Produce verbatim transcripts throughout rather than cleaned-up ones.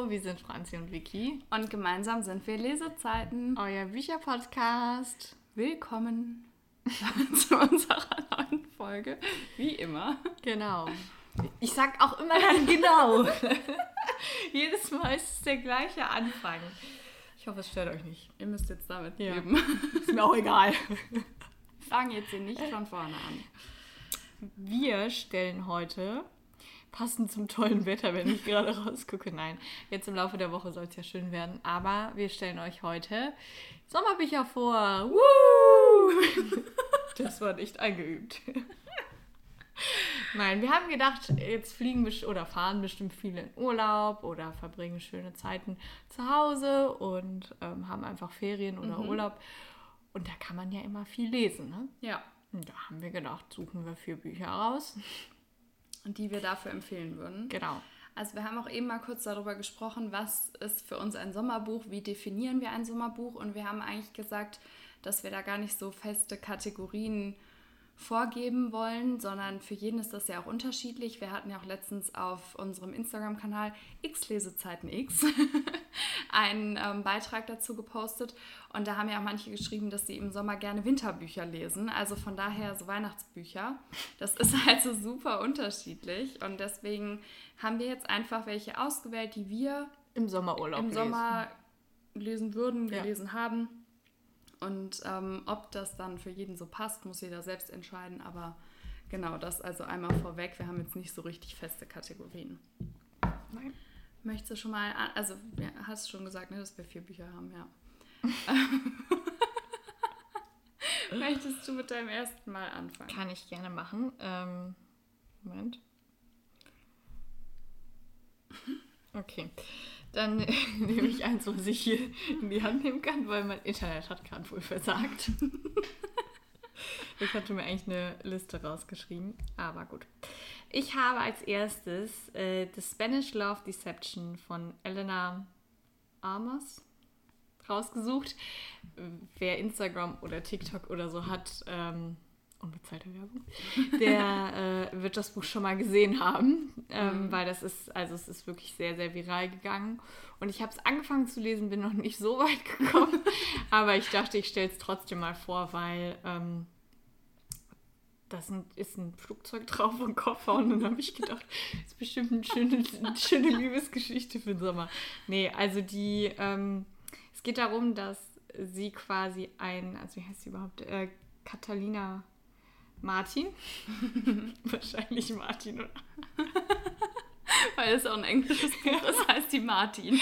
Hallo, wir sind Franzi und Vicky. Und gemeinsam sind wir Lesezeiten. Euer Bücherpodcast. Willkommen zu unserer neuen Folge. Wie immer. Genau. Ich sag auch immer dann genau. Jedes Mal ist es der gleiche Anfang. Ich hoffe, es stört euch nicht. Ihr müsst jetzt damit Ja. leben. Ist mir auch egal. Wir fangen jetzt hier nicht von vorne an. Wir stellen heute, passend zum tollen Wetter, wenn ich gerade rausgucke, nein, jetzt im Laufe der Woche soll es ja schön werden, aber wir stellen euch heute Sommerbücher vor. Woo! Das war nicht eingeübt. Nein, wir haben gedacht, jetzt fliegen best- oder fahren bestimmt viele in Urlaub oder verbringen schöne Zeiten zu Hause und ähm, haben einfach Ferien oder Mhm. Urlaub. Und da kann man ja immer viel lesen, ne? Ja. Und da haben wir gedacht, suchen wir vier Bücher raus. Und die wir dafür empfehlen würden. Genau. Also wir haben auch eben mal kurz darüber gesprochen, was ist für uns ein Sommerbuch, wie definieren wir ein Sommerbuch. Und wir haben eigentlich gesagt, dass wir da gar nicht so feste Kategorien vorgeben wollen, sondern für jeden ist das ja auch unterschiedlich. Wir hatten ja auch letztens auf unserem Instagram-Kanal X Lesezeiten X einen ähm, Beitrag dazu gepostet und da haben ja auch manche geschrieben, dass sie im Sommer gerne Winterbücher lesen, also von daher so Weihnachtsbücher. Das ist also super unterschiedlich und deswegen haben wir jetzt einfach welche ausgewählt, die wir Im Sommerurlaub im lesen. Sommer lesen würden, Ja. gelesen haben. Und ähm, ob das dann für jeden so passt, muss jeder selbst entscheiden. Aber genau, das also einmal vorweg. Wir haben jetzt nicht so richtig feste Kategorien. Nein. Möchtest du schon mal, an- also ja, hast schon gesagt, ne, dass wir vier Bücher haben, ja. Möchtest du mit deinem ersten Mal anfangen? Kann ich gerne machen. Ähm, Moment. Okay. Dann äh, nehme ich eins, was ich hier in die Hand nehmen kann, weil mein Internet hat gerade wohl versagt. Ich hatte mir eigentlich eine Liste rausgeschrieben, aber gut. Ich habe als erstes äh, The Spanish Love Deception von Elena Armas rausgesucht. Wer Instagram oder TikTok oder so hat, ähm, unbezahlte Werbung, der äh, wird das Buch schon mal gesehen haben, ähm, Mhm. weil das ist, also es ist wirklich sehr, sehr viral gegangen. Und ich habe es angefangen zu lesen, bin noch nicht so weit gekommen, aber ich dachte, ich stelle es trotzdem mal vor, weil ähm, das sind, ist ein Flugzeug drauf und Koffer und dann habe ich gedacht, das ist bestimmt eine schöne, eine schöne Liebesgeschichte für den Sommer. Nee, also die, ähm, es geht darum, dass sie quasi ein, also wie heißt sie überhaupt, äh, Catalina Martin, wahrscheinlich Martin, oder? Weil es auch ein englisches Buch ist, das heißt die Martin.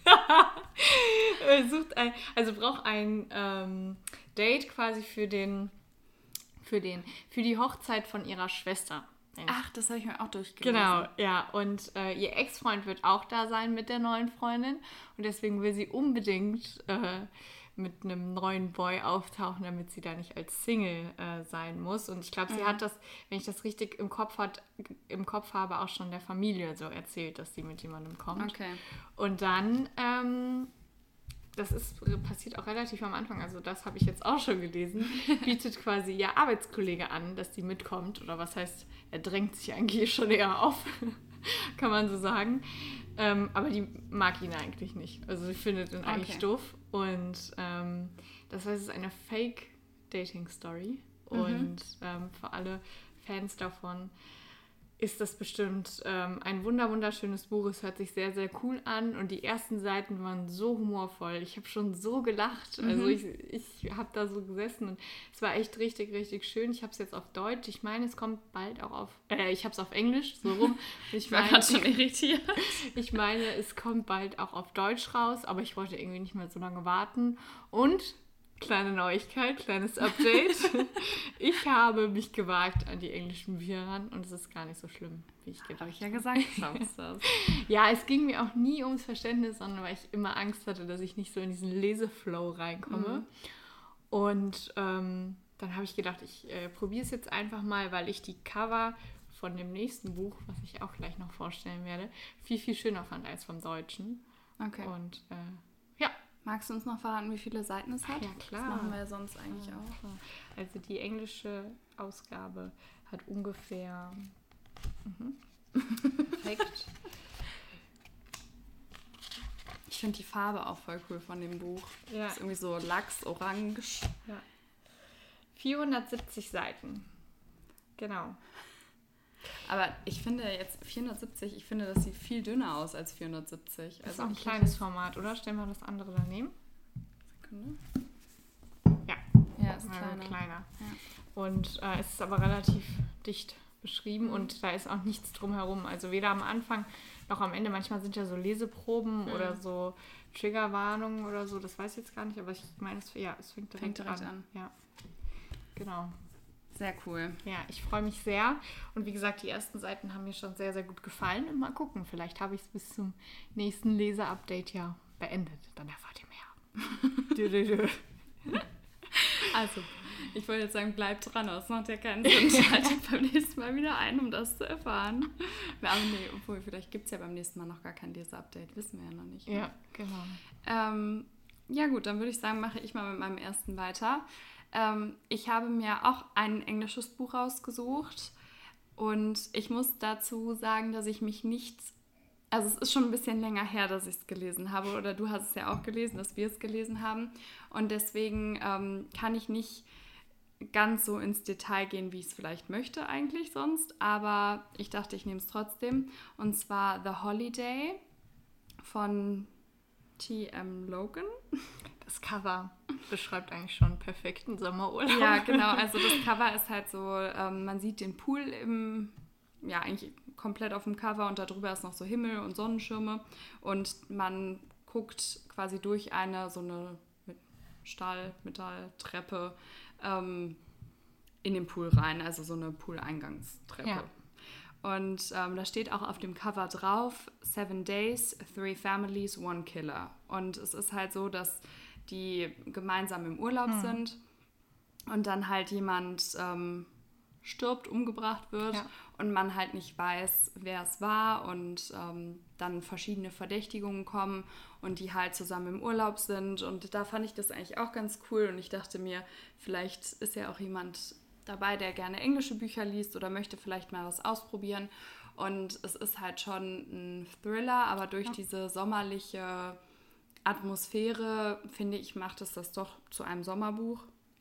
Äh, sucht ein, also braucht ein ähm, Date quasi für den, für den, für die Hochzeit von ihrer Schwester. Ach, das habe ich mir auch durchgelesen. Genau, ja. Und äh, ihr Ex-Freund wird auch da sein mit der neuen Freundin. Und deswegen will sie unbedingt äh, mit einem neuen Boy auftauchen, damit sie da nicht als Single äh, sein muss. Und ich glaube, sie Mhm. hat das, wenn ich das richtig im Kopf, hat, im Kopf habe, auch schon der Familie so erzählt, dass sie mit jemandem kommt. Okay. Und dann, ähm, das ist passiert auch relativ am Anfang, also das habe ich jetzt auch schon gelesen, bietet quasi ihr Arbeitskollege an, dass die mitkommt. Oder was heißt, er drängt sich eigentlich schon eher auf, kann man so sagen. Ähm, aber die mag ihn eigentlich nicht. Also sie findet ihn eigentlich Okay. doof. Und ähm, das heißt, es ist eine Fake-Dating-Story. Mhm. Und ähm, für alle Fans davon ist das bestimmt ähm, ein wunder wunderschönes Buch. Es hört sich sehr, sehr cool an und die ersten Seiten waren so humorvoll. Ich habe schon so gelacht. Mhm. Also ich, ich habe da so gesessen und es war echt richtig, richtig schön. Ich habe es jetzt auf Deutsch. Ich meine, es kommt bald auch auf... Äh, ich habe es auf Englisch, so rum. Und Ich Ich war meine, gerade schon irritiert. ich meine, es kommt bald auch auf Deutsch raus, aber ich wollte irgendwie nicht mehr so lange warten. Und... Kleine Neuigkeit, kleines Update. Ich habe mich gewagt an die englischen Bücher ran und es ist gar nicht so schlimm, wie ich gedacht Habe ich ja habe. gesagt, schaffst das. Ja, es ging mir auch nie ums Verständnis, sondern weil ich immer Angst hatte, dass ich nicht so in diesen Leseflow reinkomme. Mhm. Und ähm, dann habe ich gedacht, ich äh, probiere es jetzt einfach mal, weil ich die Cover von dem nächsten Buch, was ich auch gleich noch vorstellen werde, viel, viel schöner fand als vom Deutschen. Okay. Und äh, ja, Magst du uns noch verraten, wie viele Seiten es hat? Ja, klar. Das machen wir ja sonst eigentlich auch. also die englische Ausgabe hat ungefähr... Mhm. Perfekt. Ich finde die Farbe auch voll cool von dem Buch. Ja. Das ist irgendwie so Lachs, orange. Ja. vierhundertsiebzig Seiten. Genau. Aber ich finde jetzt vierhundertsiebzig, ich finde, das sieht viel dünner aus als vierhundertsiebzig. Das Also ist auch ein ich kleines Format, oder? Stellen wir das andere daneben. Sekunde. Ja. Ja, ist Äh, kleiner. kleiner. Ja. Und äh, es ist aber relativ dicht beschrieben und da ist auch nichts drumherum. Also weder am Anfang noch am Ende. Manchmal sind ja so Leseproben Mhm. oder so Triggerwarnungen oder so. Das weiß ich jetzt gar nicht, aber ich meine, es, ja, es fängt direkt, Fängt direkt an. an. Ja. Genau. Sehr cool. Ja, ich freue mich sehr. Und wie gesagt, die ersten Seiten haben mir schon sehr, sehr gut gefallen. Und mal gucken, vielleicht habe ich es bis zum nächsten Leser-Update ja beendet. Dann erfahrt ihr mehr. Also, ich wollte jetzt sagen, bleibt dran, aber es macht ja keinen Sinn. Schaltet beim nächsten Mal wieder ein, um das zu erfahren. Wir haben, nee, obwohl, vielleicht gibt es ja beim nächsten Mal noch gar kein Leser-Update. Wissen wir ja noch nicht. Ja, genau. Ähm, ja gut, dann würde ich sagen, mache ich mal mit meinem ersten weiter. Ähm, ich habe mir auch ein englisches Buch rausgesucht und ich muss dazu sagen, dass ich mich nicht, also es ist schon ein bisschen länger her, dass ich es gelesen habe oder du hast es ja auch gelesen, dass wir es gelesen haben und deswegen ähm, kann ich nicht ganz so ins Detail gehen, wie ich es vielleicht möchte eigentlich sonst, aber ich dachte, ich nehme es trotzdem und zwar The Holiday von T M Logan. Das Cover beschreibt eigentlich schon einen perfekten Sommerurlaub. Ja, genau. Also das Cover ist halt so, ähm, man sieht den Pool im, ja, eigentlich komplett auf dem Cover und darüber ist noch so Himmel und Sonnenschirme und man guckt quasi durch eine, so eine mit Stahl, Metalltreppe ähm, in den Pool rein, also so eine Pool-Eingangstreppe. Ja. Und ähm, da steht auch auf dem Cover drauf, Seven Days, Three Families, One Killer. Und es ist halt so, dass die gemeinsam im Urlaub hm. sind und dann halt jemand ähm, stirbt, umgebracht wird ja. und man halt nicht weiß, wer es war und ähm, dann verschiedene Verdächtigungen kommen und die halt zusammen im Urlaub sind. Und da fand ich das eigentlich auch ganz cool und ich dachte mir, vielleicht ist ja auch jemand dabei, der gerne englische Bücher liest oder möchte vielleicht mal was ausprobieren. Und es ist halt schon ein Thriller, aber durch ja. diese sommerliche Atmosphäre, finde ich, macht es das doch zu einem Sommerbuch.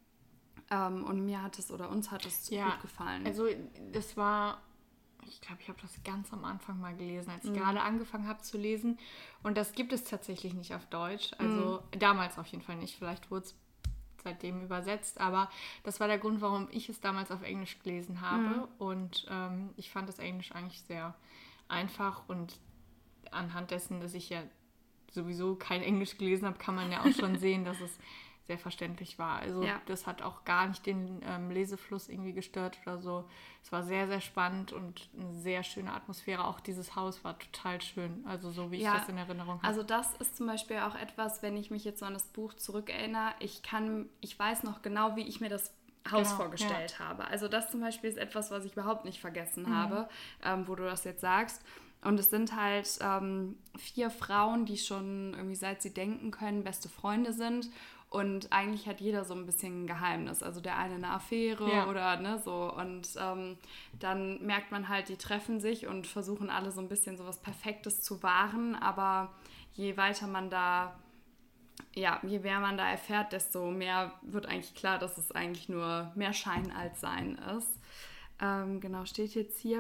Ähm, und mir hat es oder uns hat es ja, gut gefallen. Also das war, ich glaube, ich habe das ganz am Anfang mal gelesen, als ich mhm. gerade angefangen habe zu lesen. Und das gibt es tatsächlich nicht auf Deutsch. Also mhm. damals auf jeden Fall nicht. Vielleicht wurde es seitdem übersetzt, aber das war der Grund, warum ich es damals auf Englisch gelesen habe mhm. und ähm, ich fand das Englisch eigentlich sehr einfach und anhand dessen, dass ich ja sowieso kein Englisch gelesen habe, kann man ja auch schon sehen, dass es sehr verständlich war. Also ja. das hat auch gar nicht den ähm, Lesefluss irgendwie gestört oder so. Es war sehr, sehr spannend und eine sehr schöne Atmosphäre. Auch dieses Haus war total schön, also so wie ich ja, das in Erinnerung habe. Also das ist zum Beispiel auch etwas, wenn ich mich jetzt so an das Buch zurückerinnere, ich kann, ich weiß noch genau, wie ich mir das Haus genau, vorgestellt ja. habe. Also das zum Beispiel ist etwas, was ich überhaupt nicht vergessen mhm. habe, ähm, wo du das jetzt sagst. Und es sind halt ähm, vier Frauen, die schon irgendwie seit sie denken können, beste Freunde sind. Und eigentlich hat jeder so ein bisschen ein Geheimnis. Also der eine eine Affäre ja. oder ne, so. Und ähm, dann merkt man halt, die treffen sich und versuchen alle so ein bisschen so was Perfektes zu wahren. Aber je weiter man da, ja, je mehr man da erfährt, desto mehr wird eigentlich klar, dass es eigentlich nur mehr Schein als Sein ist. Ähm, genau, steht jetzt hier.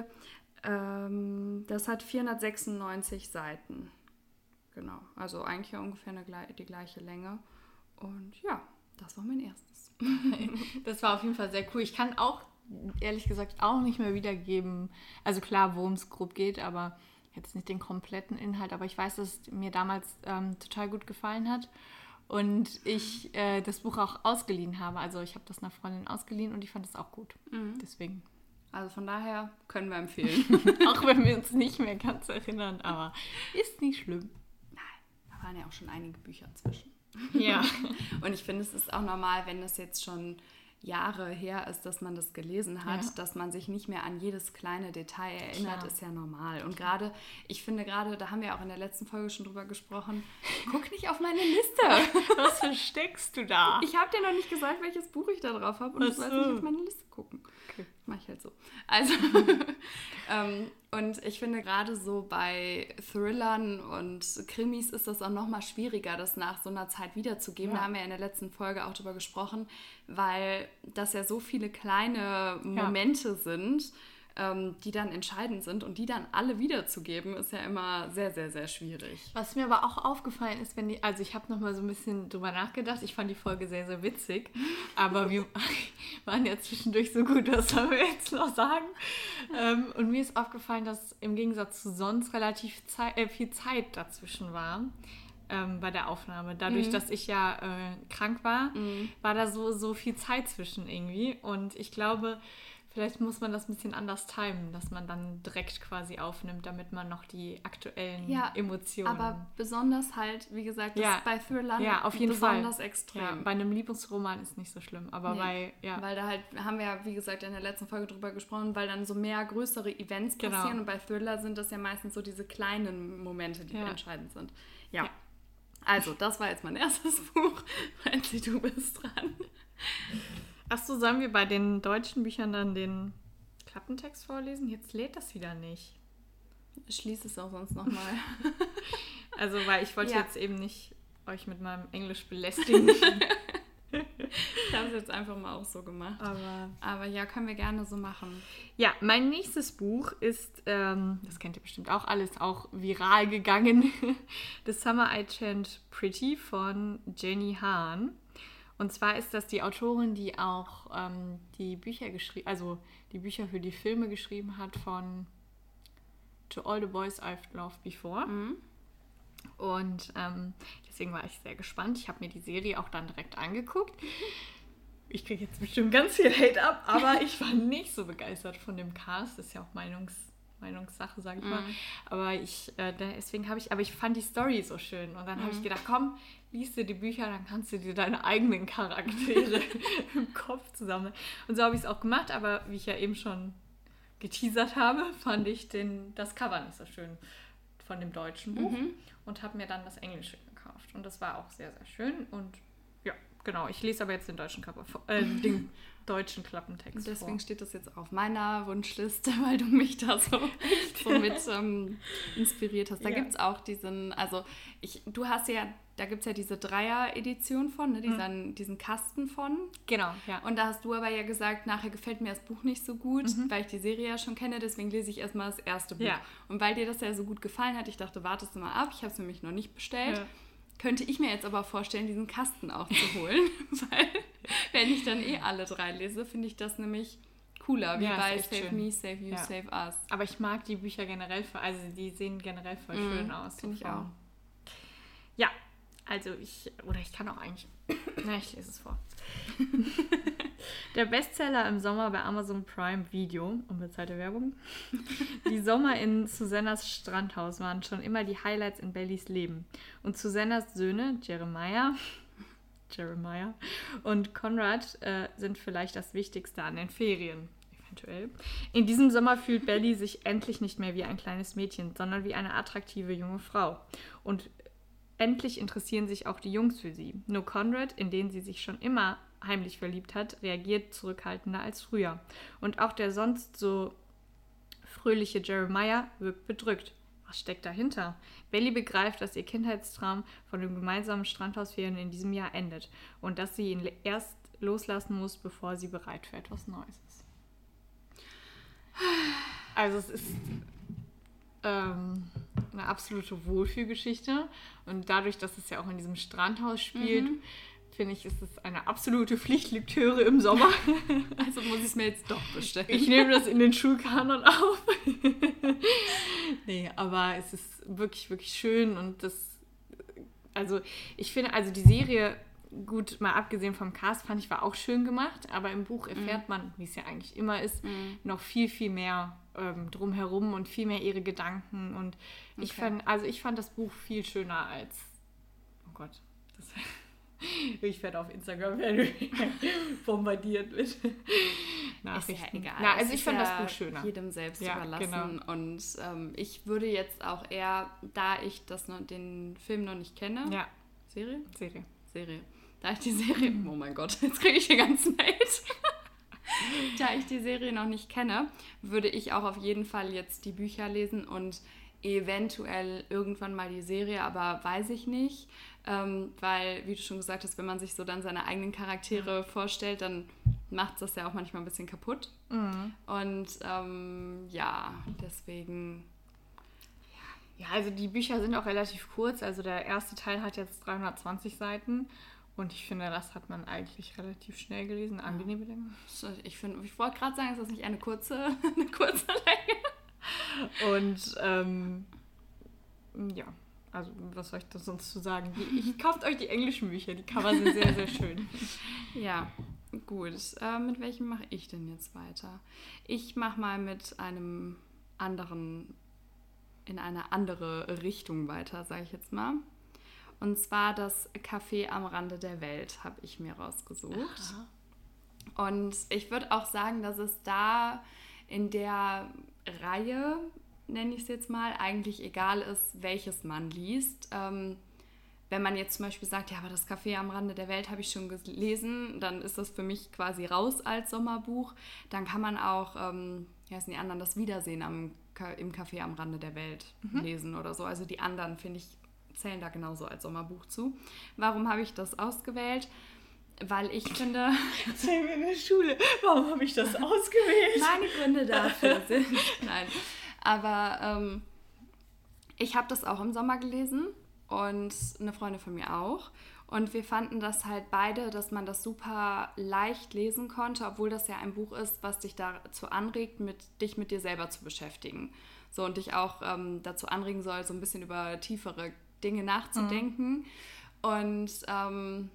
Ähm, das hat vierhundertsechsundneunzig Seiten. Genau, also eigentlich ja ungefähr eine, die gleiche Länge. Und ja, das war mein erstes. Das war auf jeden Fall sehr cool. Ich kann auch, ehrlich gesagt, auch nicht mehr wiedergeben. Also klar, worum es grob geht, aber jetzt nicht den kompletten Inhalt. Aber ich weiß, dass es mir damals ähm, total gut gefallen hat. Und ich äh, das Buch auch ausgeliehen habe. Also ich habe das einer Freundin ausgeliehen und ich fand es auch gut. Mhm. Deswegen. Also von daher können wir empfehlen. Auch wenn wir uns nicht mehr ganz erinnern, aber ist nicht schlimm. Nein, da waren ja auch schon einige Bücher zwischen. Ja. Und ich finde, es ist auch normal, wenn das jetzt schon Jahre her ist, dass man das gelesen hat, ja. dass man sich nicht mehr an jedes kleine Detail erinnert, Klar. ist ja normal. Und gerade, ich finde gerade, da haben wir auch in der letzten Folge schon drüber gesprochen, guck nicht auf meine Liste. Was versteckst du da? Ich habe dir noch nicht gesagt, welches Buch ich da drauf habe und ich soll nicht auf meine Liste gucken. Okay. Mach ich halt so. Also, ähm, und ich finde gerade so bei Thrillern und Krimis ist das auch nochmal schwieriger, das nach so einer Zeit wiederzugeben. Ja. Da haben wir ja in der letzten Folge auch drüber gesprochen, weil das ja so viele kleine Momente ja. sind, ähm, die dann entscheidend sind und die dann alle wiederzugeben, ist ja immer sehr, sehr, sehr schwierig. Was mir aber auch aufgefallen ist, wenn die, also ich habe nochmal so ein bisschen drüber nachgedacht, ich fand die Folge sehr, sehr witzig, aber wir waren ja zwischendurch so gut, was sollen wir jetzt noch sagen? Ähm, und mir ist aufgefallen, dass im Gegensatz zu sonst relativ Zeit, äh, viel Zeit dazwischen war. Ähm, bei der Aufnahme. Dadurch, mhm. dass ich ja äh, krank war, mhm. war da so, so viel Zeit zwischen irgendwie. Und ich glaube, vielleicht muss man das ein bisschen anders timen, dass man dann direkt quasi aufnimmt, damit man noch die aktuellen ja, Emotionen... aber besonders halt, wie gesagt, das ja, ist bei Thrillern ja, auf jeden besonders Fall. extrem. Ja, bei einem Liebesroman ist nicht so schlimm, aber nee, bei... Ja. Weil da halt, haben wir ja, wie gesagt, in der letzten Folge drüber gesprochen, weil dann so mehr größere Events passieren genau. und bei Thriller sind das ja meistens so diese kleinen Momente, die ja. entscheidend sind. Ja. ja. Also, das war jetzt mein erstes Buch. Franzi, du bist dran. Achso, sollen wir bei den deutschen Büchern dann den Klappentext vorlesen? Jetzt lädt das wieder nicht. Schließ es auch sonst nochmal. Also, weil ich wollte ja. jetzt eben nicht euch mit meinem Englisch belästigen. Ich habe es jetzt einfach mal auch so gemacht. Aber, Aber ja, können wir gerne so machen. Ja, mein nächstes Buch ist, ähm, das kennt ihr bestimmt auch alles, auch viral gegangen. The Summer I Turned Pretty von Jenny Han. Und zwar ist das die Autorin, die auch ähm, die Bücher geschrieben, also die Bücher für die Filme geschrieben hat von To All the Boys I've Loved Before. Mhm. Und ähm, deswegen war ich sehr gespannt. Ich habe mir die Serie auch dann direkt angeguckt. Ich kriege jetzt bestimmt ganz viel Hate ab, aber ich war nicht so begeistert von dem Cast. Das ist ja auch Meinungs, Meinungssache, sage ich mal. Mm. Aber ich, äh, deswegen habe ich, aber ich fand die Story so schön. Und dann mm. habe ich gedacht, komm, liest du die Bücher, dann kannst du dir deine eigenen Charaktere im Kopf zusammen. Und so habe ich es auch gemacht, aber wie ich ja eben schon geteasert habe, fand ich den, das Cover nicht so schön von dem deutschen Buch mhm. und habe mir dann das Englische gekauft. Und das war auch sehr, sehr schön. Und ja, genau. Ich lese aber jetzt den deutschen Cover, äh, den deutschen Klappentext und deswegen vor. Steht das jetzt auf meiner Wunschliste, weil du mich da so, so mit ähm, inspiriert hast. Da ja. gibt es auch diesen, also ich, du hast ja, da gibt es ja diese Dreier-Edition von, ne, diesen, mhm. diesen Kasten von. Genau, ja. Und da hast du aber ja gesagt, nachher gefällt mir das Buch nicht so gut, mhm. weil ich die Serie ja schon kenne, deswegen lese ich erstmal das erste Buch. Ja. Und weil dir das ja so gut gefallen hat, ich dachte, wartest du mal ab, ich habe es nämlich noch nicht bestellt. Ja. Könnte ich mir jetzt aber vorstellen, diesen Kasten auch zu holen, weil wenn ich dann eh alle drei lese, finde ich das nämlich cooler, wie ja, bei Save schön. Me, Save You, ja. Save Us. Aber ich mag die Bücher generell, also die sehen generell voll mm, schön aus. Finde ich auch. Ja, also ich, oder ich kann auch eigentlich, na, ich lese es vor. Der Bestseller im Sommer bei Amazon Prime Video, unbezahlte Werbung. Die Sommer in Susannas Strandhaus waren schon immer die Highlights in Bellys Leben. Und Susannas Söhne, Jeremiah, Jeremiah und Conrad, äh, sind vielleicht das Wichtigste an den Ferien. Eventuell. In diesem Sommer fühlt Belly sich endlich nicht mehr wie ein kleines Mädchen, sondern wie eine attraktive junge Frau. Und endlich interessieren sich auch die Jungs für sie. Nur Conrad, in den sie sich schon immer heimlich verliebt hat, reagiert zurückhaltender als früher. Und auch der sonst so fröhliche Jeremiah wirkt bedrückt. Was steckt dahinter? Belly begreift, dass ihr Kindheitstraum von dem gemeinsamen Strandhausferien in diesem Jahr endet und dass sie ihn erst loslassen muss, bevor sie bereit für etwas Neues ist. Also es ist ähm, eine absolute Wohlfühlgeschichte und dadurch, dass es ja auch in diesem Strandhaus spielt, mhm. finde ich, ist es eine absolute Pflichtlektüre im Sommer. Also muss ich es mir jetzt doch bestellen. Ich nehme das in den Schulkanon auf. Nee, aber es ist wirklich, wirklich schön und das, also ich finde, also die Serie, gut, mal abgesehen vom Cast, fand ich, war auch schön gemacht, aber im Buch erfährt mm. man, wie es ja eigentlich immer ist, mm. noch viel, viel mehr ähm, drumherum und viel mehr ihre Gedanken und ich okay. fand, also ich fand das Buch viel schöner als, oh Gott, das ich werde auf Instagram bombardiert mit Nachrichten. Ist ja egal. Na, also ich fand ja das Buch schöner. Jedem selbst ja, überlassen. Genau. Und ähm, ich würde jetzt auch eher, da ich das noch, den Film noch nicht kenne. Ja. Serie? Serie. Serie. Da ich die Serie. Oh mein Gott, jetzt kriege ich den ganzen Hate. Da ich die Serie noch nicht kenne, würde ich auch auf jeden Fall jetzt die Bücher lesen und eventuell irgendwann mal die Serie, aber weiß ich nicht. Ähm, weil, wie du schon gesagt hast, wenn man sich so dann seine eigenen Charaktere vorstellt, dann macht das ja auch manchmal ein bisschen kaputt. Mhm. Und ähm, ja, deswegen... Ja, also die Bücher sind auch relativ kurz. Also der erste Teil hat jetzt dreihundertzwanzig Seiten. Und ich finde, das hat man eigentlich relativ schnell gelesen. Angenehme Länge. Ich, find, ich wollte gerade sagen, ist das nicht eine kurze, eine kurze Länge? Und ähm, ja, also was soll ich da sonst zu sagen? Ich, kauft euch die englischen Bücher, die Cover sind sehr, sehr schön. Ja, gut. Äh, mit welchem mache ich denn jetzt weiter? Ich mache mal mit einem anderen, in eine andere Richtung weiter, sage ich jetzt mal. Und zwar das Café am Rande der Welt habe ich mir rausgesucht. Aha. Und ich würde auch sagen, dass es da in der Reihe, nenne ich es jetzt mal, eigentlich egal ist, welches man liest. Ähm, wenn man jetzt zum Beispiel sagt, ja, aber das Café am Rande der Welt habe ich schon gelesen, dann ist das für mich quasi raus als Sommerbuch. Dann kann man auch, ähm, wie heißen die anderen, das Wiedersehen am, im Café am Rande der Welt mhm. lesen oder so. Also die anderen, finde ich, zählen da genauso als Sommerbuch zu. Warum habe ich das ausgewählt? Weil ich finde... Erzählen wir in der Schule. Warum habe ich das ausgewählt? Meine Gründe dafür sind... Nein, aber ähm, ich habe das auch im Sommer gelesen und eine Freundin von mir auch. Und wir fanden das halt beide, dass man das super leicht lesen konnte, obwohl das ja ein Buch ist, was dich dazu anregt, mit, dich mit dir selber zu beschäftigen. So, und dich auch ähm, dazu anregen soll, so ein bisschen über tiefere Dinge nachzudenken. Mhm. Und ähm,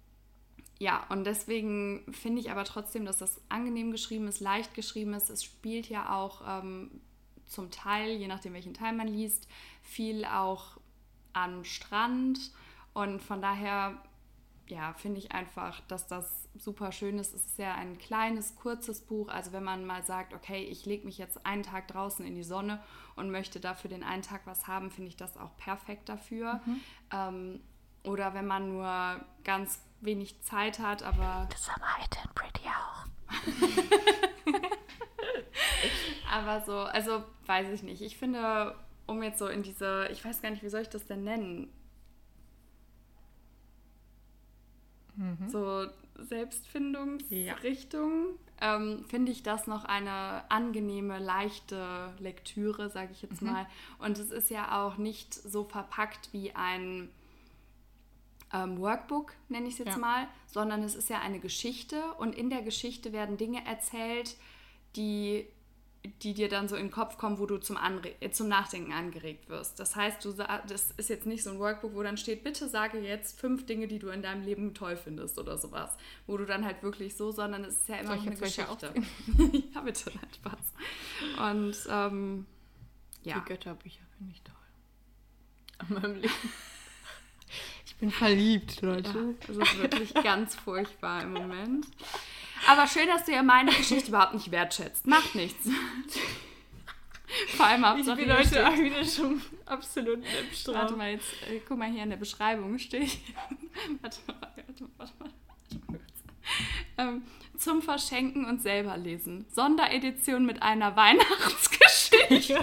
ja, und deswegen finde ich aber trotzdem, dass das angenehm geschrieben ist, leicht geschrieben ist. Es spielt ja auch ähm, zum Teil, je nachdem welchen Teil man liest, viel auch am Strand. Und von daher, ja, finde ich einfach, dass das super schön ist. Es ist ja ein kleines, kurzes Buch. Also wenn man mal sagt, okay, ich lege mich jetzt einen Tag draußen in die Sonne und möchte dafür den einen Tag was haben, finde ich das auch perfekt dafür. Mhm. Ähm, oder wenn man nur ganz wenig Zeit hat, aber... Das haben Heide und Pretty auch. Aber so, also weiß ich nicht. Ich finde, um jetzt so in diese, ich weiß gar nicht, wie soll ich das denn nennen? Mhm. So Selbstfindungsrichtung, ja. ähm, finde ich das noch eine angenehme, leichte Lektüre, sage ich jetzt mhm. mal. Und es ist ja auch nicht so verpackt wie ein ähm, Workbook, nenne ich es jetzt ja. mal, sondern es ist ja eine Geschichte und in der Geschichte werden Dinge erzählt, die, die dir dann so in den Kopf kommen, wo du zum, Anre- zum Nachdenken angeregt wirst. Das heißt, du sa- das ist jetzt nicht so ein Workbook, wo dann steht, bitte sage jetzt fünf Dinge, die du in deinem Leben toll findest oder sowas. Wo du dann halt wirklich so, sondern es ist ja immer noch eine Geschichte. Ja, bitte, nein, Spaß. Und ähm, ja. Die Götterbücher finde ich toll. An meinem Leben. Ich bin verliebt, Leute. Ja, das ist wirklich ganz furchtbar im Moment. Aber schön, dass du ja meine Geschichte überhaupt nicht wertschätzt. Macht nichts. Vor allem Hauptsache, ich bin heute auch wieder schon absolut Nippstraum. Warte mal, jetzt äh, guck mal hier in der Beschreibung steht. warte mal, warte mal, warte mal. Warte mal. Ähm, zum Verschenken und selber lesen. Sonderedition mit einer Weihnachtsgeschichte.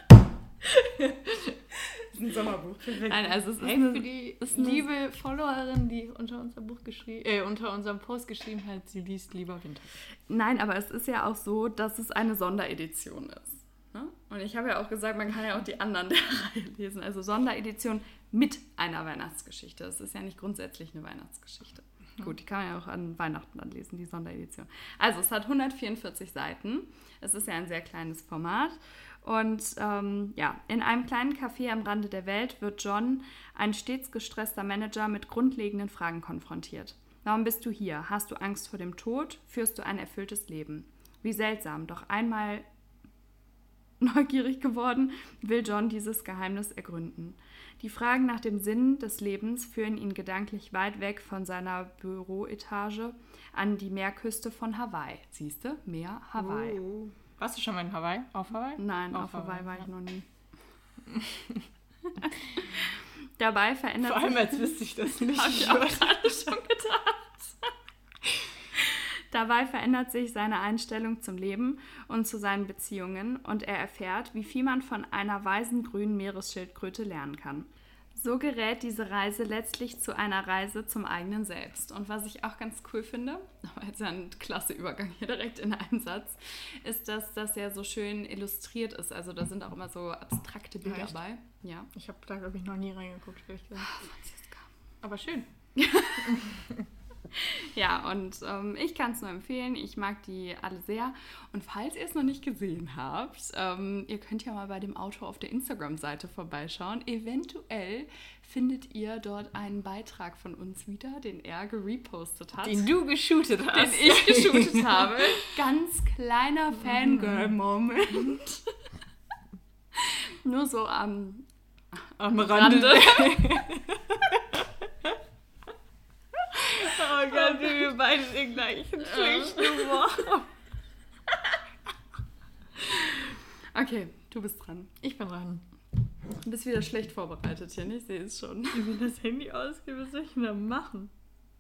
Das ist ein Sommerbuch. Nein, also es ist hey, eine, für die ist liebe eine Followerin, die unter unserem Buch geschrieben, äh, unter unserem Post geschrieben hat, sie liest lieber Winter. Nein, aber es ist ja auch so, dass es eine Sonderedition ist. Ne? Und ich habe ja auch gesagt, man kann ja auch die anderen der Reihe lesen. Also Sonderedition mit einer Weihnachtsgeschichte. Es ist ja nicht grundsätzlich eine Weihnachtsgeschichte. Mhm. Gut, die kann man ja auch an Weihnachten dann lesen, die Sonderedition. Also es hat hundertvierundvierzig Seiten. Es ist ja ein sehr kleines Format. Und ähm, ja, in einem kleinen Café am Rande der Welt wird John, ein stets gestresster Manager, mit grundlegenden Fragen konfrontiert. Warum bist du hier? Hast du Angst vor dem Tod? Führst du ein erfülltes Leben? Wie seltsam, doch einmal neugierig geworden, will John dieses Geheimnis ergründen. Die Fragen nach dem Sinn des Lebens führen ihn gedanklich weit weg von seiner Büroetage an die Meerküste von Hawaii. Siehst du? Meer, Hawaii. Oh. Warst du schon mal in Hawaii? Auf Hawaii? Nein, auf, auf Hawaii, Hawaii war ich noch nie. Dabei verändert Vor allem, als wüsste ich das nicht. Habe ich auch gerade schon gedacht. Dabei verändert sich seine Einstellung zum Leben und zu seinen Beziehungen und er erfährt, wie viel man von einer weisen grünen Meeresschildkröte lernen kann. So gerät diese Reise letztlich zu einer Reise zum eigenen Selbst. Und was ich auch ganz cool finde, aber jetzt ja ein klasse Übergang hier direkt in einen Satz, ist, dass das ja so schön illustriert ist. Also da sind auch immer so abstrakte Bilder Echt? dabei. Ja. Ich habe da, glaube ich, noch nie reingeguckt, ehrlich gesagt. Franziska. Aber schön. Ja, und ähm, ich kann es nur empfehlen. Ich mag die alle sehr. Und falls ihr es noch nicht gesehen habt, ähm, ihr könnt ja mal bei dem Autor auf der Instagram-Seite vorbeischauen. Eventuell findet ihr dort einen Beitrag von uns wieder, den er gerepostet hat. Den du geshootet hast. Den ich geshootet habe. Ganz kleiner Fangirl-Moment. Nur so am, Am Rande. Rande. Oh Gott, wir beide den gleichen schlechten Humor. Okay, du bist dran. Ich bin dran. Du bist wieder schlecht vorbereitet hier, ich sehe es schon. Wenn das Handy ausgeht, was soll ich denn da machen?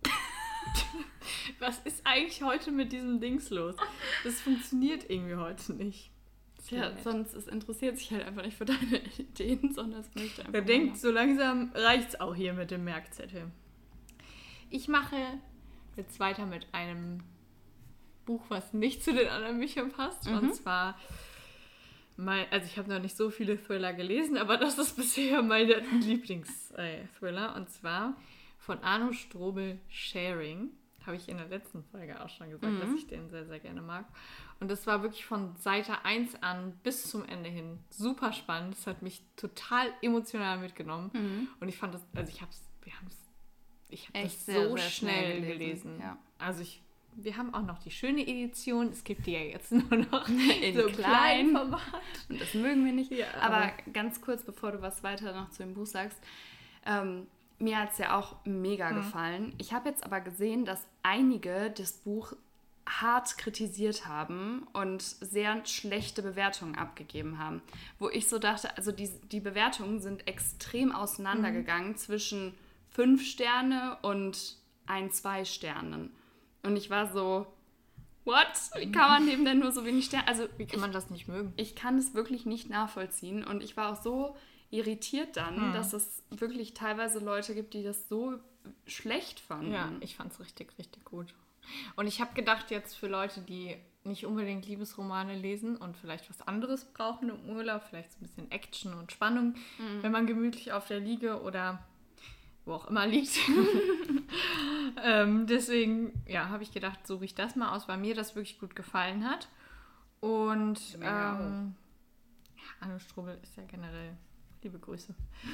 Was ist eigentlich heute mit diesem Dings los? Das funktioniert irgendwie heute nicht. Ja, sonst es interessiert sich halt einfach nicht für deine Ideen, sondern es möchte einfach. Wer denkt, so langsam reicht's auch hier mit dem Merkzettel. Ich mache jetzt weiter mit einem Buch, was nicht zu den anderen Büchern passt. Mhm. Und zwar, mein, also ich habe noch nicht so viele Thriller gelesen, aber das ist bisher mein Lieblings-Thriller. Und zwar von Arno Strobel, Sharing. Habe ich in der letzten Folge auch schon gesagt, mhm. dass ich den sehr, sehr gerne mag. Und das war wirklich von Seite eins an bis zum Ende hin super spannend. Es hat mich total emotional mitgenommen. Mhm. Und ich fand das, also ich habe es, wir haben es Ich habe das sehr, so sehr schnell, schnell gelesen. gelesen. Ja. Also ich, wir haben auch noch die schöne Edition. Es gibt die ja jetzt nur noch in so klein. Format. Und das mögen wir nicht. Ja, aber, aber ganz kurz, bevor du was weiter noch zu dem Buch sagst. Ähm, mir hat es ja auch mega mhm. gefallen. Ich habe jetzt aber gesehen, dass einige das Buch hart kritisiert haben und sehr schlechte Bewertungen abgegeben haben. Wo ich so dachte, also die, die Bewertungen sind extrem auseinandergegangen mhm. zwischen fünf Sterne und ein, zwei Sternen. Und ich war so, what? Wie kann man dem denn nur so wenig Sterne? Also wie kann man das nicht mögen? Ich kann es wirklich nicht nachvollziehen. Und ich war auch so irritiert dann, hm. dass es wirklich teilweise Leute gibt, die das so schlecht fanden. Ja, ich fand es richtig, richtig gut. Und ich habe gedacht, jetzt für Leute, die nicht unbedingt Liebesromane lesen und vielleicht was anderes brauchen im Urlaub, vielleicht so ein bisschen Action und Spannung, mhm. wenn man gemütlich auf der Liege oder wo auch immer liegt. ähm, deswegen, ja, habe ich gedacht, suche ich das mal aus, weil mir das wirklich gut gefallen hat. Und ähm, ja, Arno Strobel ist ja generell, liebe Grüße.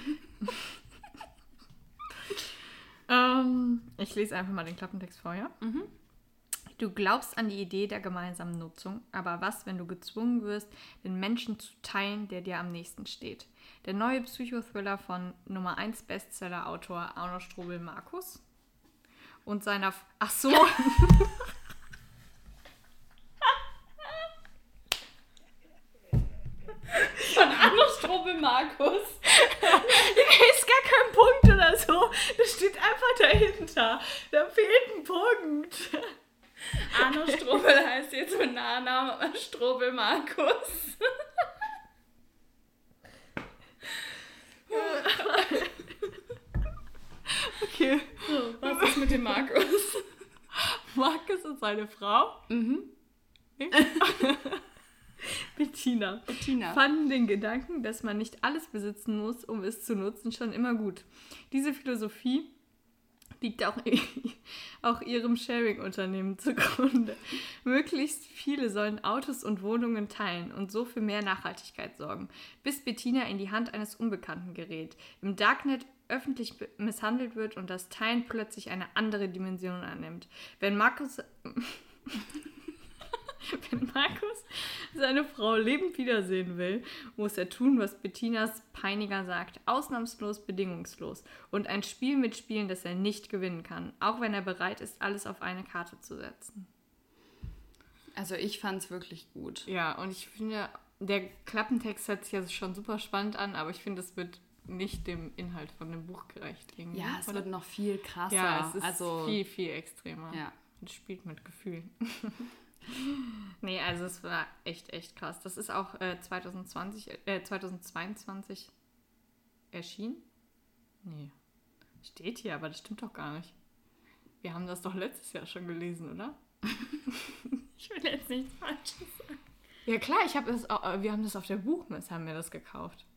ähm, ich lese einfach mal den Klappentext vorher. Mhm. Du glaubst an die Idee der gemeinsamen Nutzung, aber was, wenn du gezwungen wirst, den Menschen zu teilen, der dir am nächsten steht? Der neue Psychothriller von Nummer eins Bestseller-Autor Arno Strobel Markus und seiner... F- Ach so! Von Arno Strobel Markus? Hier ist gar kein Punkt oder so. Das steht einfach dahinter. Da fehlt ein Punkt. Arno Strobel heißt jetzt mit Nachnamen Strobel Markus. Okay. So, was ist mit dem Markus? Markus und seine Frau, mhm. Bettina, Bettina, fanden den Gedanken, dass man nicht alles besitzen muss, um es zu nutzen, schon immer gut. Diese Philosophie liegt auch, auch ihrem Sharing-Unternehmen zugrunde. Möglichst viele sollen Autos und Wohnungen teilen und so für mehr Nachhaltigkeit sorgen, bis Bettina in die Hand eines Unbekannten gerät, im Darknet öffentlich misshandelt wird und das Teilen plötzlich eine andere Dimension annimmt. Wenn Markus... Wenn Markus seine Frau lebend wiedersehen will, muss er tun, was Bettinas Peiniger sagt. Ausnahmslos, bedingungslos. Und ein Spiel mitspielen, das er nicht gewinnen kann. Auch wenn er bereit ist, alles auf eine Karte zu setzen. Also ich fand es wirklich gut. Ja, und ich finde, der Klappentext hört sich ja schon super spannend an, aber ich finde, es wird nicht dem Inhalt von dem Buch gerecht. Irgendwie. Ja, es wird noch viel krasser. Ja, es ist also, viel, viel extremer. Ja. Das spielt mit Gefühlen. Nee, also es war echt, echt krass. Das ist auch äh, zwanzig zwanzig, äh, zwanzig zweiundzwanzig erschienen. Nee, steht hier, aber das stimmt doch gar nicht. Wir haben das doch letztes Jahr schon gelesen, oder? Ich will jetzt nichts Falsches sagen. Ja klar, ich hab das auch, wir haben das auf der Buchmesse, haben wir das gekauft.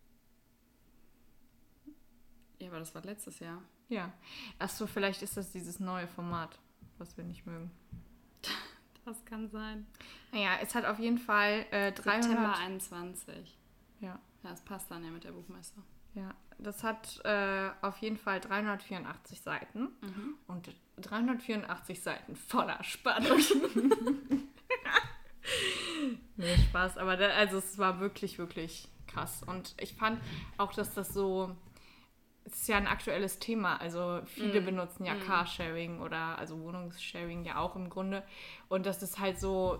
Ja, aber das war letztes Jahr. Ja. Achso, vielleicht ist das dieses neue Format, was wir nicht mögen. Das kann sein. Naja, es hat auf jeden Fall äh, dreihundert... September einundzwanzig. Ja. Ja, das passt dann ja mit der Buchmesse. Ja, das hat äh, auf jeden Fall dreihundertvierundachtzig Seiten. Mhm. Und dreihundertvierundachtzig Seiten voller Spannung. Nee, Spaß. Aber da, also es war wirklich, wirklich krass. Und ich fand auch, dass das so... Es ist ja ein aktuelles Thema. Also viele mm. benutzen ja mm. Carsharing oder also Wohnungssharing ja auch im Grunde. Und das ist halt so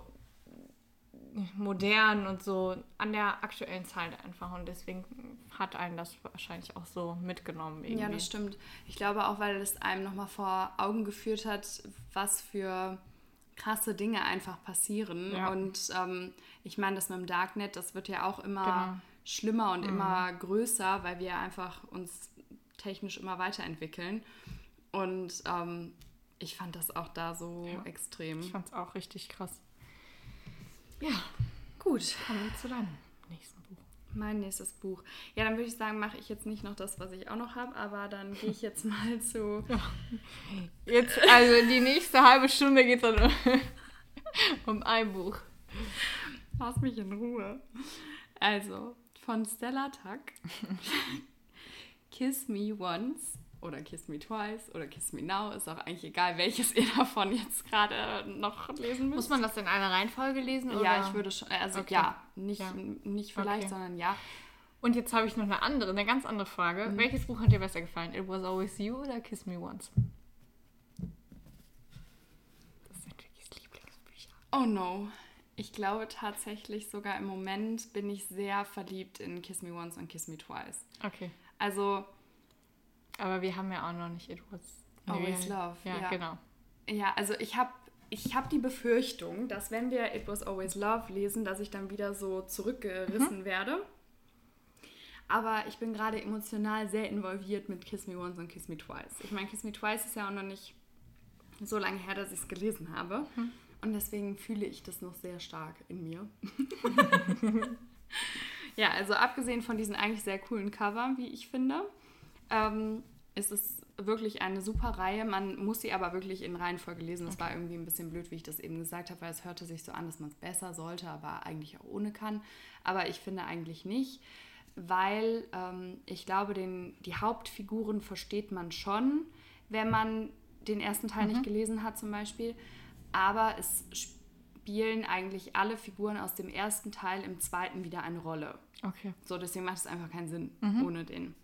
modern und so an der aktuellen Zeit einfach. Und deswegen hat einen das wahrscheinlich auch so mitgenommen. Irgendwie. Ja, das stimmt. Ich glaube auch, weil es einem nochmal vor Augen geführt hat, was für krasse Dinge einfach passieren. Ja. Und ähm, ich meine, das mit dem Darknet, das wird ja auch immer genau. schlimmer und mm. immer größer, weil wir einfach uns technisch immer weiterentwickeln. Und ähm, ich fand das auch da so ja, extrem. Ich fand es auch richtig krass. Ja, gut. Kommen wir zu deinem nächsten Buch. Mein nächstes Buch. Ja, dann würde ich sagen, mache ich jetzt nicht noch das, was ich auch noch habe, aber dann gehe ich jetzt mal zu... Ja. Jetzt, also die nächste halbe Stunde geht es dann um ein Buch. Lass mich in Ruhe. Also, von Stella Tuck. Kiss Me Once oder Kiss Me Twice oder Kiss Me Now, ist auch eigentlich egal, welches ihr davon jetzt gerade noch lesen müsst. Muss man das in einer Reihenfolge lesen? Oder? Ja, ich würde schon, also okay. ja, nicht, ja. nicht vielleicht, okay. sondern ja. Und jetzt habe ich noch eine andere, eine ganz andere Frage. Mhm. Welches Buch hat dir besser gefallen? It Was Always You oder Kiss Me Once? Das sind Vickys Lieblingsbücher. Oh no. Ich glaube tatsächlich sogar im Moment bin ich sehr verliebt in Kiss Me Once und Kiss Me Twice. Okay. Also, aber wir haben ja auch noch nicht It Was Always Love. Ja, ja, genau. Ja, also ich habe ich hab die Befürchtung, dass wenn wir It Was Always Love lesen, dass ich dann wieder so zurückgerissen mhm. werde. Aber ich bin gerade emotional sehr involviert mit Kiss Me Once und Kiss Me Twice. Ich meine, Kiss Me Twice ist ja auch noch nicht so lange her, dass ich es gelesen habe. Mhm. Und deswegen fühle ich das noch sehr stark in mir. Ja, also abgesehen von diesen eigentlich sehr coolen Covern, wie ich finde, ähm, ist es wirklich eine super Reihe. Man muss sie aber wirklich in Reihenfolge lesen. Das okay. war irgendwie ein bisschen blöd, wie ich das eben gesagt habe, weil es hörte sich so an, dass man es besser sollte, aber eigentlich auch ohne kann. Aber ich finde eigentlich nicht, weil ähm, ich glaube, den, die Hauptfiguren versteht man schon, wenn man den ersten Teil mhm. nicht gelesen hat zum Beispiel. Aber es spielen eigentlich alle Figuren aus dem ersten Teil im zweiten wieder eine Rolle. Okay. So, deswegen macht es einfach keinen Sinn mhm. ohne den.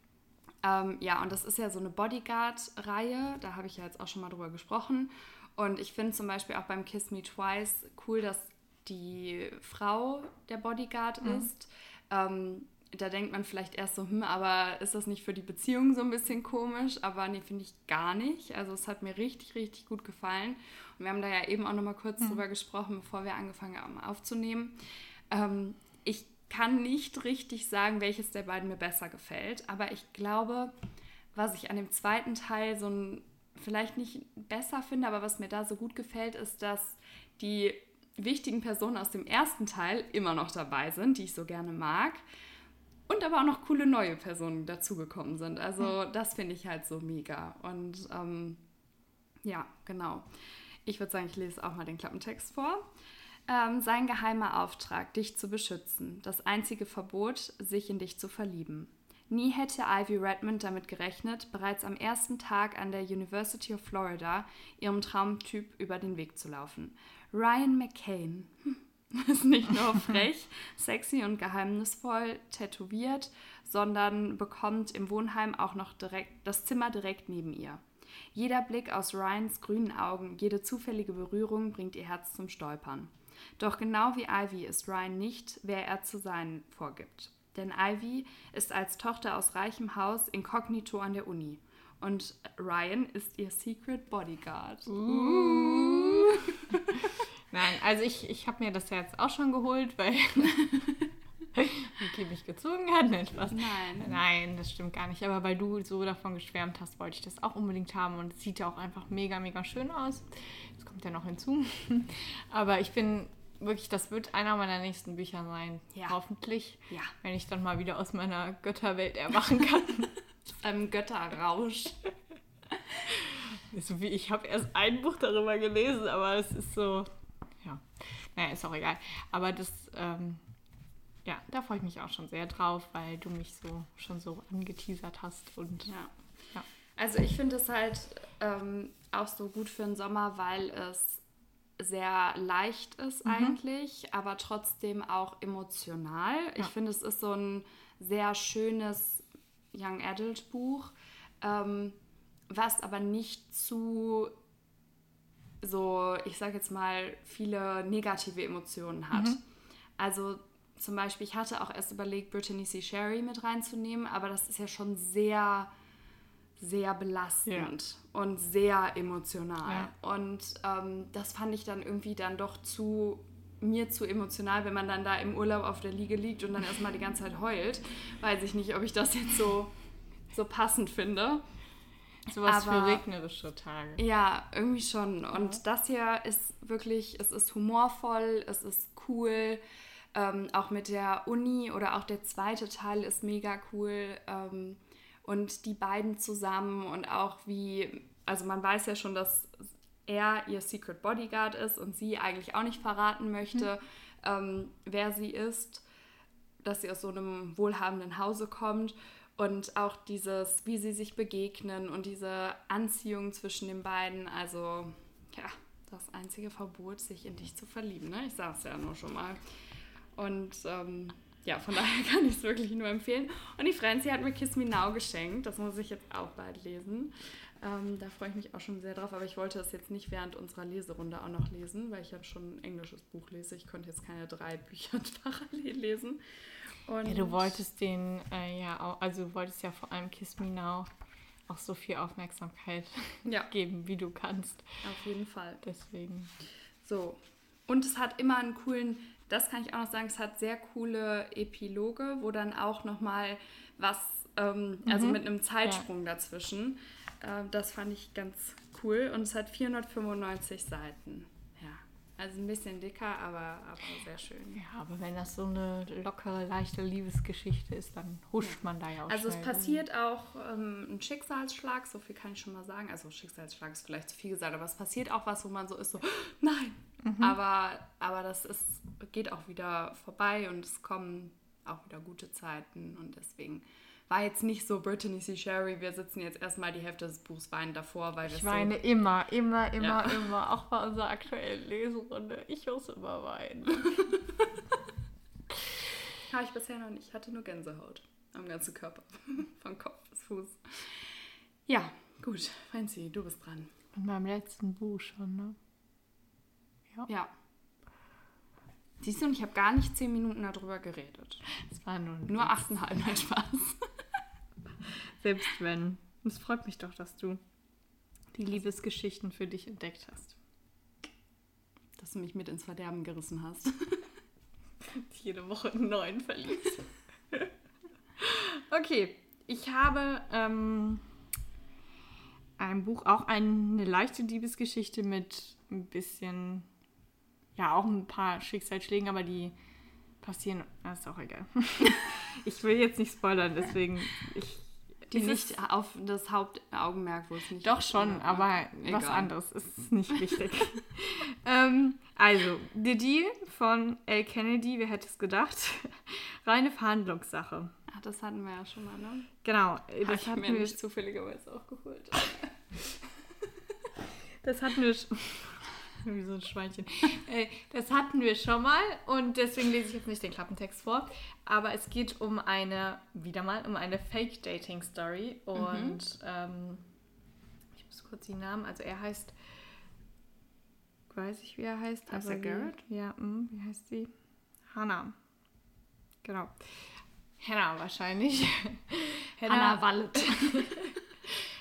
Ähm, ja, und das ist ja so eine Bodyguard-Reihe. Da habe ich ja jetzt auch schon mal drüber gesprochen. Und ich finde zum Beispiel auch beim Kiss Me Twice cool, dass die Frau der Bodyguard mhm. ist. Ähm, da denkt man vielleicht erst so, hm, aber ist das nicht für die Beziehung so ein bisschen komisch? Aber nee, finde ich gar nicht. Also es hat mir richtig, richtig gut gefallen. Und wir haben da ja eben auch noch mal kurz mhm. drüber gesprochen, bevor wir angefangen haben aufzunehmen. Ähm, ich kann nicht richtig sagen, welches der beiden mir besser gefällt. Aber ich glaube, was ich an dem zweiten Teil so ein, vielleicht nicht besser finde, aber was mir da so gut gefällt, ist, dass die wichtigen Personen aus dem ersten Teil immer noch dabei sind, die ich so gerne mag. Und aber auch noch coole neue Personen dazugekommen sind. Also das finde ich halt so mega. Und ähm, ja, genau. Ich würde sagen, ich lese auch mal den Klappentext vor. Ähm, sein geheimer Auftrag, dich zu beschützen. Das einzige Verbot, sich in dich zu verlieben. Nie hätte Ivy Redmond damit gerechnet, bereits am ersten Tag an der University of Florida ihrem Traumtyp über den Weg zu laufen. Ryan McCain. Hm. Ist nicht nur frech, sexy und geheimnisvoll tätowiert, sondern bekommt im Wohnheim auch noch direkt das Zimmer direkt neben ihr. Jeder Blick aus Ryans grünen Augen, jede zufällige Berührung bringt ihr Herz zum Stolpern. Doch genau wie Ivy ist Ryan nicht, wer er zu sein vorgibt. Denn Ivy ist als Tochter aus reichem Haus inkognito an der Uni. Und Ryan ist ihr Secret Bodyguard. Uh. Nein, also ich, ich habe mir das ja jetzt auch schon geholt, weil Vicky mich gezogen hat. Nein, Spaß. Nein. Nein, das stimmt gar nicht. Aber weil du so davon geschwärmt hast, wollte ich das auch unbedingt haben. Und es sieht ja auch einfach mega, mega schön aus. Das kommt ja noch hinzu. Aber ich bin wirklich, das wird einer meiner nächsten Bücher sein. Ja. Hoffentlich. Ja. Wenn ich dann mal wieder aus meiner Götterwelt erwachen kann. Einem Götterrausch. So wie ich habe erst ein Buch darüber gelesen, aber es ist so, ja, naja, ist auch egal. Aber das, ähm, ja, da freue ich mich auch schon sehr drauf, weil du mich so schon so angeteasert hast. Und Ja. ja. Also ich finde es halt ähm, auch so gut für den Sommer, weil es sehr leicht ist Mhm. eigentlich, aber trotzdem auch emotional. Ich Ja. finde, es ist so ein sehr schönes Young Adult Buch, ähm, was aber nicht zu so, ich sage jetzt mal, viele negative Emotionen hat. Mhm. Also zum Beispiel, ich hatte auch erst überlegt, Brittany C. Sherry mit reinzunehmen, aber das ist ja schon sehr, sehr belastend und sehr emotional. Und ähm, das fand ich dann irgendwie dann doch zu, mir zu emotional, wenn man dann da im Urlaub auf der Liege liegt und dann erstmal die ganze Zeit heult. Weiß ich nicht, ob ich das jetzt so, so passend finde. Sowas Aber- für regnerische Tage. Ja, irgendwie schon. Und das hier ist wirklich, es ist humorvoll, es ist cool. Ähm, auch mit der Uni oder auch der zweite Teil ist mega cool. Ähm, und die beiden zusammen und auch wie, also man weiß ja schon, dass er ihr Secret Bodyguard ist und sie eigentlich auch nicht verraten möchte, ähm, wer sie ist, dass sie aus so einem wohlhabenden Hause kommt. Und auch dieses, wie sie sich begegnen und diese Anziehung zwischen den beiden. Also, ja, das einzige Verbot, sich in dich zu verlieben. Ne? Ich sag's ja nur schon mal. Und ähm, ja, von daher kann ich es wirklich nur empfehlen. Und die Franzi hat mir Kiss Me Now geschenkt. Das muss ich jetzt auch bald lesen. Ähm, da freue ich mich auch schon sehr drauf. Aber ich wollte das jetzt nicht während unserer Leserunde auch noch lesen, weil ich ja schon ein englisches Buch lese. Ich konnte jetzt keine drei Bücher parallel lesen. Und Ja, du wolltest den, äh, ja, auch, also du wolltest ja vor allem Kiss Me Now auch so viel Aufmerksamkeit Ja, geben, wie du kannst. auf jeden Fall. Deswegen. So. Und es hat immer einen coolen, das kann ich auch noch sagen, es hat sehr coole Epiloge, wo dann auch nochmal was, ähm, also Mhm. mit einem Zeitsprung dazwischen. Ähm, das fand ich ganz cool. Und es hat vierhundertfünfundneunzig Seiten. Ja, also ein bisschen dicker, aber, aber sehr schön. Ja, aber wenn das so eine lockere, leichte Liebesgeschichte ist, dann huscht man da ja auch Also es schnell passiert auch ähm, ein Schicksalsschlag, so viel kann ich schon mal sagen. Also Schicksalsschlag ist vielleicht zu viel gesagt, aber es passiert auch was, wo man so ist, so, nein. Aber, aber das ist, geht auch wieder vorbei und es kommen auch wieder gute Zeiten. Und deswegen war jetzt nicht so Brittany C. Sherry, wir sitzen jetzt erstmal die Hälfte des Buchs weinen davor, weil wir Ich so... weine immer, immer, immer, Ja. immer. Auch bei unserer aktuellen Leserunde. Ich muss immer weinen. Habe ich bisher noch nicht. Ich hatte nur Gänsehaut am ganzen Körper. Von Kopf bis Fuß. Ja, gut. Franzi, du bist dran. In meinem letzten Buch schon, ne? Ja. Siehst du, und ich habe gar nicht zehn Minuten darüber geredet. Es war nur ein Nur Witz. achteinhalb, nein, Spaß. Selbst wenn. Es freut mich doch, dass du die Liebesgeschichten für dich entdeckt hast. Dass du mich mit ins Verderben gerissen hast. Jede Woche einen neuen verliebst. Okay, ich habe ähm, ein Buch, auch eine leichte Liebesgeschichte mit ein bisschen, ja, auch ein paar Schicksalsschlägen, aber die passieren, ah, ist auch egal. Ich will jetzt nicht spoilern, deswegen, ich, Die es nicht ist- auf das Hauptaugenmerk, wo es nicht... Doch schon, Ja, aber egal. was anderes ist nicht wichtig. ähm, also, The Deal von L. Kennedy, wer hätte es gedacht? Reine Verhandlungssache. Ach, das hatten wir ja schon mal, ne? Genau, Hab das ich hatten mir wir, nicht zufälligerweise auch geholt. das hatten wir sch- wie so ein Schweinchen. Äh, das hatten wir schon mal und deswegen lese ich jetzt nicht den Klappentext vor. Aber es geht um eine, wieder mal, um eine Fake-Dating-Story. Und ähm, ich muss kurz die Namen, also er heißt, weiß ich, wie er heißt. Heißt aber er wie- Garrett? Ja, mh, wie heißt sie? Hannah. Genau. Hannah wahrscheinlich. Hannah Wallet.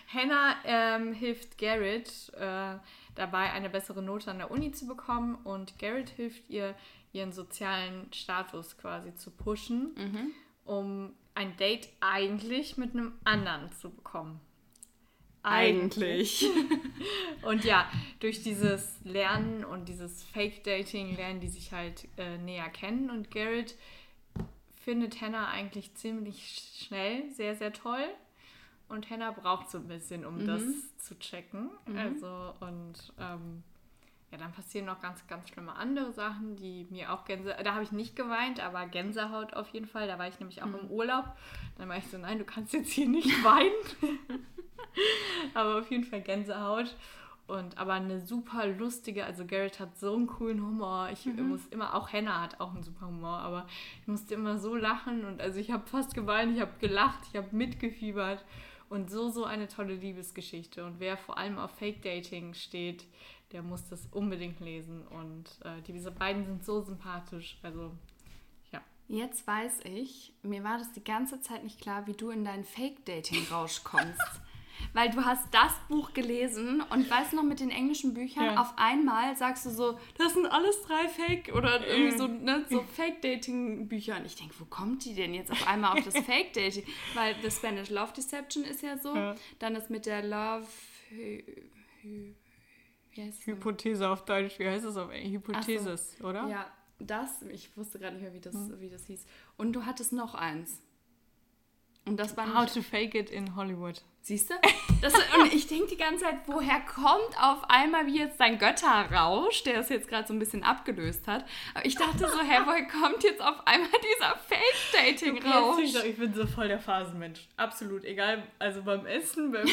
Hannah ähm, hilft Garrett äh, dabei, eine bessere Note an der Uni zu bekommen und Garrett hilft ihr, ihren sozialen Status quasi zu pushen, mhm. um ein Date eigentlich mit einem anderen zu bekommen. Eigentlich. Und ja, durch dieses Lernen und dieses Fake-Dating lernen die sich halt äh, näher kennen und Garrett findet Hannah eigentlich ziemlich schnell sehr, sehr toll und Hannah braucht so ein bisschen, um mhm. das zu checken. Mhm. Also und ähm, ja, dann passieren noch ganz, ganz schlimme andere Sachen, die mir auch Gänsehaut, da habe ich nicht geweint, aber Gänsehaut auf jeden Fall, da war ich nämlich auch mhm. im Urlaub. Dann war ich so, nein, du kannst jetzt hier nicht weinen. Aber auf jeden Fall Gänsehaut. Und aber eine super lustige, also Garrett hat so einen coolen Humor. Ich mhm. muss immer, auch Hannah hat auch einen super Humor, aber ich musste immer so lachen und also ich habe fast geweint, ich habe gelacht, ich habe mitgefiebert und so, so eine tolle Liebesgeschichte. Und wer vor allem auf Fake-Dating steht, der muss das unbedingt lesen und äh, diese beiden sind so sympathisch, also ja. Jetzt weiß ich, mir war das die ganze Zeit nicht klar, wie du in deinen Fake-Dating-Rausch kommst. Weil du hast das Buch gelesen und weißt noch, mit den englischen Büchern, ja. auf einmal sagst du so, das sind alles drei Fake oder irgendwie so, ne, so Fake-Dating-Bücher. Und ich denke, wo kommt die denn jetzt auf einmal auf das Fake-Dating? Weil The Spanish Love Deception ist ja so, ja. dann ist mit der Love... Hy- Hy- wie heißt es Hypothese denn? Auf Deutsch, wie heißt es auf Englisch? Hypothesis, so. Oder? Ja, das, ich wusste gerade nicht mehr, wie das, hm. wie das hieß. Und du hattest noch eins. Und das war How nicht, to Fake It in Hollywood. Siehst du? Das, und ich denke die ganze Zeit, woher kommt auf einmal wie jetzt dein Götterrausch, der es jetzt gerade so ein bisschen abgelöst hat. Aber ich dachte so, hä, woher kommt jetzt auf einmal dieser Fake-Dating-Rausch? Ich, ich bin so voll der Phasenmensch. Absolut. Egal, also beim Essen, beim...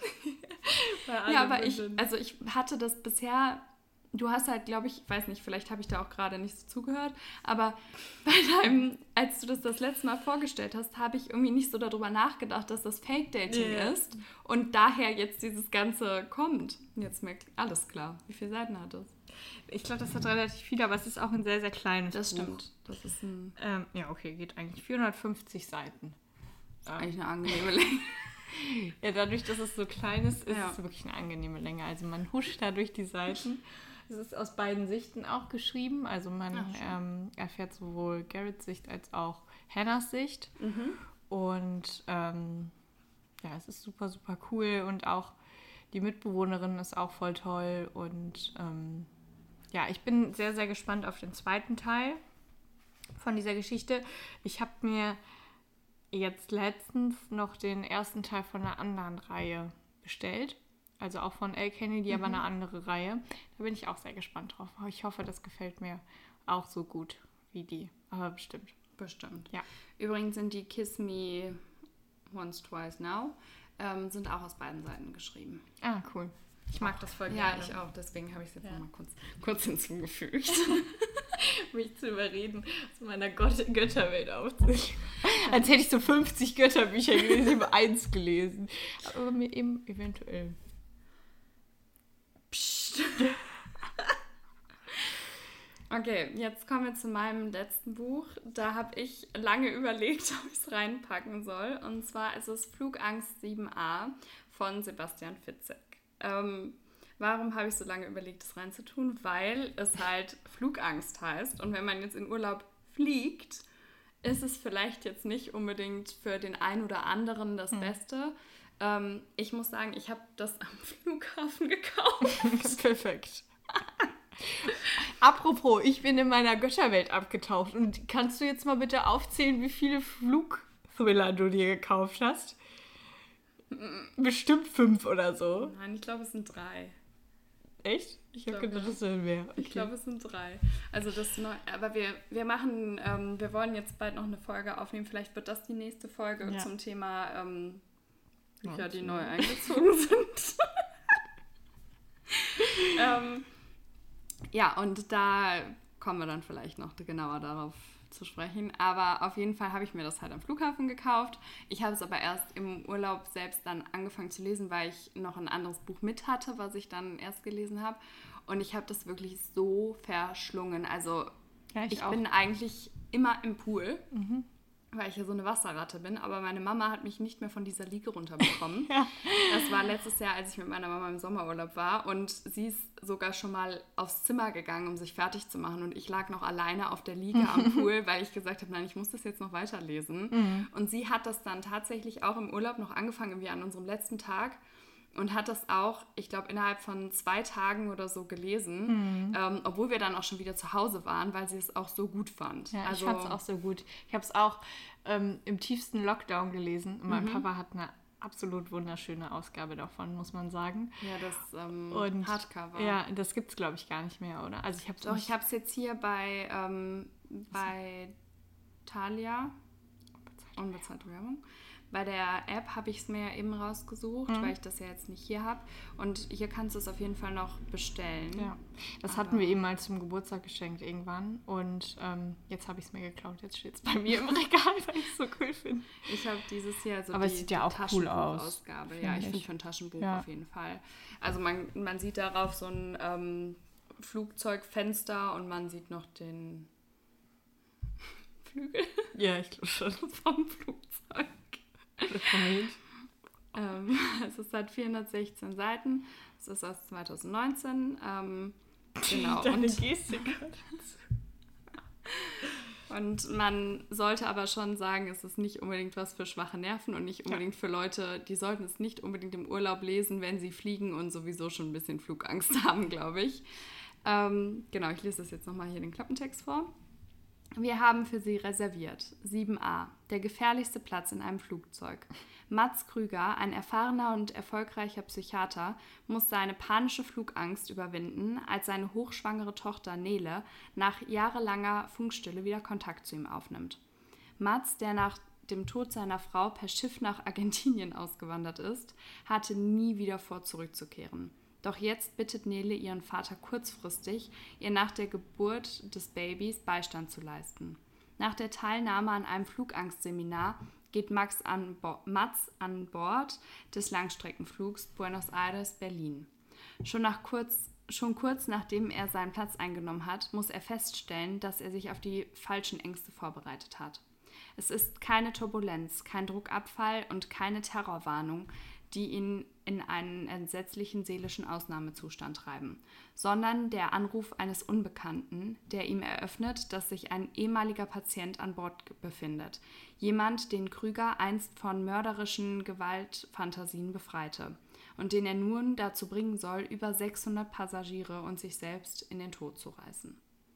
bei ja, aber ich, also ich hatte das bisher... Du hast halt, glaube ich, ich weiß nicht, vielleicht habe ich da auch gerade nicht so zugehört, aber bei deinem, als du das das letzte Mal vorgestellt hast, habe ich irgendwie nicht so darüber nachgedacht, dass das Fake-Dating yeah. ist und daher jetzt dieses Ganze kommt. Jetzt mir alles klar. Wie viele Seiten hat das? Ich glaube, das hat relativ viele, aber es ist auch ein sehr, sehr kleines Das Buch. stimmt. Das ist ein... Ähm, ja, okay, geht eigentlich vierhundertfünfzig Seiten. Das ist eigentlich eine angenehme Länge. Ja, dadurch, dass es so klein ist, ist ja. es wirklich eine angenehme Länge. Also man huscht da durch die Seiten. Es ist aus beiden Sichten auch geschrieben. Also man Ach, ähm, erfährt sowohl Garretts Sicht als auch Hannahs Sicht. Mhm. Und ähm, ja, es ist super, super cool. Und auch die Mitbewohnerin ist auch voll toll. Und ähm, ja, ich bin sehr, sehr gespannt auf den zweiten Teil von dieser Geschichte. Ich habe mir jetzt letztens noch den ersten Teil von einer anderen Reihe bestellt. Also auch von Elle Kennedy, mhm. aber eine andere Reihe. Da bin ich auch sehr gespannt drauf. Ich hoffe, das gefällt mir auch so gut wie die. Aber bestimmt. Bestimmt. Ja. Übrigens sind die Kiss Me Once, Twice, Now ähm, sind auch aus beiden Seiten geschrieben. Ah, cool. Ich mag das voll ja, gerne. Ja, ich auch. Deswegen habe ich es jetzt ja. nochmal kurz, kurz hinzugefügt. Mich zu überreden, aus meiner Gott- Götterwelt aufzunehmen. Als hätte ich so fünfzig Götterbücher gelesen, ich habe eins gelesen. Aber mir eben eventuell... Psst. Okay, jetzt kommen wir zu meinem letzten Buch. Da habe ich lange überlegt, ob ich es reinpacken soll. Und zwar ist es Flugangst sieben a von Sebastian Fitzek. Ähm, warum habe ich so lange überlegt, das reinzutun? Weil es halt Flugangst heißt. Und wenn man jetzt in Urlaub fliegt, ist es vielleicht jetzt nicht unbedingt für den einen oder anderen das hm. Beste. Ähm, ich muss sagen, ich habe das am Flughafen gekauft. Perfekt. Apropos, ich bin in meiner Götterwelt abgetaucht. Und kannst du jetzt mal bitte aufzählen, wie viele Flugthriller du dir gekauft hast? Bestimmt fünf oder so. Nein, ich glaube, es sind drei. Echt? Ich, ich habe gedacht, es sind mehr. Okay. Ich glaube, es sind drei. Also das neu, aber wir, wir machen, ähm, wir wollen jetzt bald noch eine Folge aufnehmen. Vielleicht wird das die nächste Folge ja. zum Thema ähm, Bücher, die neu eingezogen sind. ähm, ja, und da kommen wir dann vielleicht noch genauer darauf zu sprechen. Aber auf jeden Fall habe ich mir das halt am Flughafen gekauft. Ich habe es aber erst im Urlaub selbst dann angefangen zu lesen, weil ich noch ein anderes Buch mit hatte, was ich dann erst gelesen habe. Und ich habe das wirklich so verschlungen. Also ja, ich, ich bin eigentlich immer im Pool. Mhm. weil ich ja so eine Wasserratte bin, aber meine Mama hat mich nicht mehr von dieser Liege runterbekommen. Ja. Das war letztes Jahr, als ich mit meiner Mama im Sommerurlaub war und sie ist sogar schon mal aufs Zimmer gegangen, um sich fertig zu machen und ich lag noch alleine auf der Liege am Pool, weil ich gesagt habe, nein, ich muss das jetzt noch weiterlesen. Mhm. Und sie hat das dann tatsächlich auch im Urlaub noch angefangen, irgendwie an unserem letzten Tag und hat das auch, ich glaube, innerhalb von zwei Tagen oder so gelesen, mhm. ähm, obwohl wir dann auch schon wieder zu Hause waren, weil sie es auch so gut fand. Ja, also, ich fand es auch so gut. Ich habe es auch ähm, im tiefsten Lockdown gelesen und mein mhm. Papa hat eine absolut wunderschöne Ausgabe davon, muss man sagen. Ja, das ähm, und, Hardcover. Ja, das gibt es, glaube ich, gar nicht mehr, oder? Also ich habe Doch, ich habe es jetzt hier bei, ähm, bei Thalia, unbezahlte Werbung. Bei der App habe ich es mir ja eben rausgesucht, mhm. weil ich das ja jetzt nicht hier habe. Und hier kannst du es auf jeden Fall noch bestellen. Ja, das Aber hatten wir ihm mal zum Geburtstag geschenkt irgendwann. Und ähm, jetzt habe ich es mir geklaut. Jetzt steht es bei mir im Regal, weil ich es so cool finde. Ich habe dieses hier so Aber die, es sieht ja auch cool aus. Find ja, ich finde für ein Taschenbuch ja. auf jeden Fall. Also man, man sieht darauf so ein ähm, Flugzeugfenster und man sieht noch den Flügel. Ja, ich glaube schon. Vom Flugzeug. ähm, es ist halt vierhundertsechzehn Seiten. Es ist aus zwanzig neunzehn. Ähm, genau. Deine Gestik. Und man sollte aber schon sagen, es ist nicht unbedingt was für schwache Nerven und nicht unbedingt ja. für Leute, die sollten es nicht unbedingt im Urlaub lesen, wenn sie fliegen und sowieso schon ein bisschen Flugangst haben, glaube ich. Ähm, genau, ich lese das jetzt nochmal hier den Klappentext vor. Wir haben für Sie reserviert. sieben a. Der gefährlichste Platz in einem Flugzeug. Mats Krüger, ein erfahrener und erfolgreicher Psychiater, muss seine panische Flugangst überwinden, als seine hochschwangere Tochter Nele nach jahrelanger Funkstille wieder Kontakt zu ihm aufnimmt. Mats, der nach dem Tod seiner Frau per Schiff nach Argentinien ausgewandert ist, hatte nie wieder vor, zurückzukehren. Doch jetzt bittet Nele ihren Vater kurzfristig, ihr nach der Geburt des Babys Beistand zu leisten. Nach der Teilnahme an einem Flugangstseminar geht Max an Bo- Mats an Bord des Langstreckenflugs Buenos Aires-Berlin. Schon, nach kurz, schon kurz nachdem er seinen Platz eingenommen hat, muss er feststellen, dass er sich auf die falschen Ängste vorbereitet hat. Es ist keine Turbulenz, kein Druckabfall und keine Terrorwarnung, die ihn in einen entsetzlichen seelischen Ausnahmezustand treiben, sondern der Anruf eines Unbekannten, der ihm eröffnet, dass sich ein ehemaliger Patient an Bord befindet. Jemand, den Krüger einst von mörderischen Gewaltfantasien befreite und den er nun dazu bringen soll, über sechshundert Passagiere und sich selbst in den Tod zu reißen.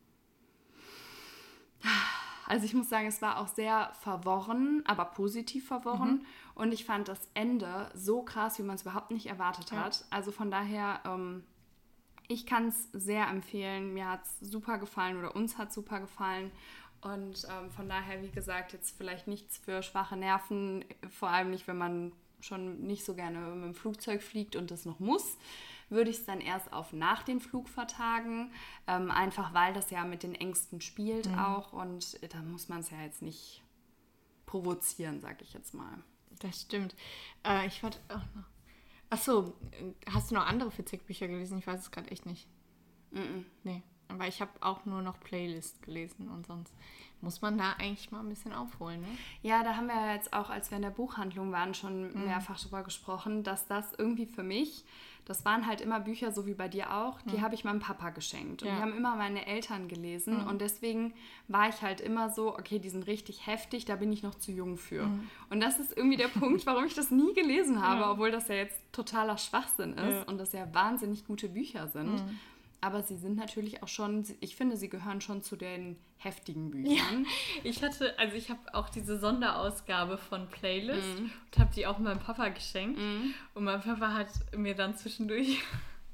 Also ich muss sagen, es war auch sehr verworren, aber positiv verworren. Mhm. Und ich fand das Ende so krass, wie man es überhaupt nicht erwartet hat. Ja. Also von daher, ähm, ich kann es sehr empfehlen. Mir hat es super gefallen oder uns hat es super gefallen. Und ähm, von daher, wie gesagt, jetzt vielleicht nichts für schwache Nerven. Vor allem nicht, wenn man schon nicht so gerne mit dem Flugzeug fliegt und das noch muss. Würde ich es dann erst auf nach den Flug vertagen, ähm, einfach weil das ja mit den Ängsten spielt mhm. auch und da muss man es ja jetzt nicht provozieren, sag ich jetzt mal. Das stimmt. Äh, ich fand auch noch... Achso, hast du noch andere Fitzek-Bücher gelesen? Ich weiß es gerade echt nicht. Mhm. Nee, aber ich habe auch nur noch Playlist gelesen und sonst muss man da eigentlich mal ein bisschen aufholen, ne? Ja, da haben wir ja jetzt auch, als wir in der Buchhandlung waren, schon mhm. mehrfach drüber gesprochen, dass das irgendwie für mich... Das waren halt immer Bücher, so wie bei dir auch, die mhm. habe ich meinem Papa geschenkt. Und ja. die haben immer meine Eltern gelesen. Mhm. Und deswegen war ich halt immer so, okay, die sind richtig heftig, da bin ich noch zu jung für. Mhm. Und das ist irgendwie der Punkt, warum ich das nie gelesen habe, ja. obwohl das ja jetzt totaler Schwachsinn ist ja. und das ja wahnsinnig gute Bücher sind. Mhm. Aber sie sind natürlich auch schon, ich finde, sie gehören schon zu den heftigen Büchern. Ja, ich hatte, also ich habe auch diese Sonderausgabe von Playlist mm. und habe die auch meinem Papa geschenkt. Mm. Und mein Papa hat mir dann zwischendurch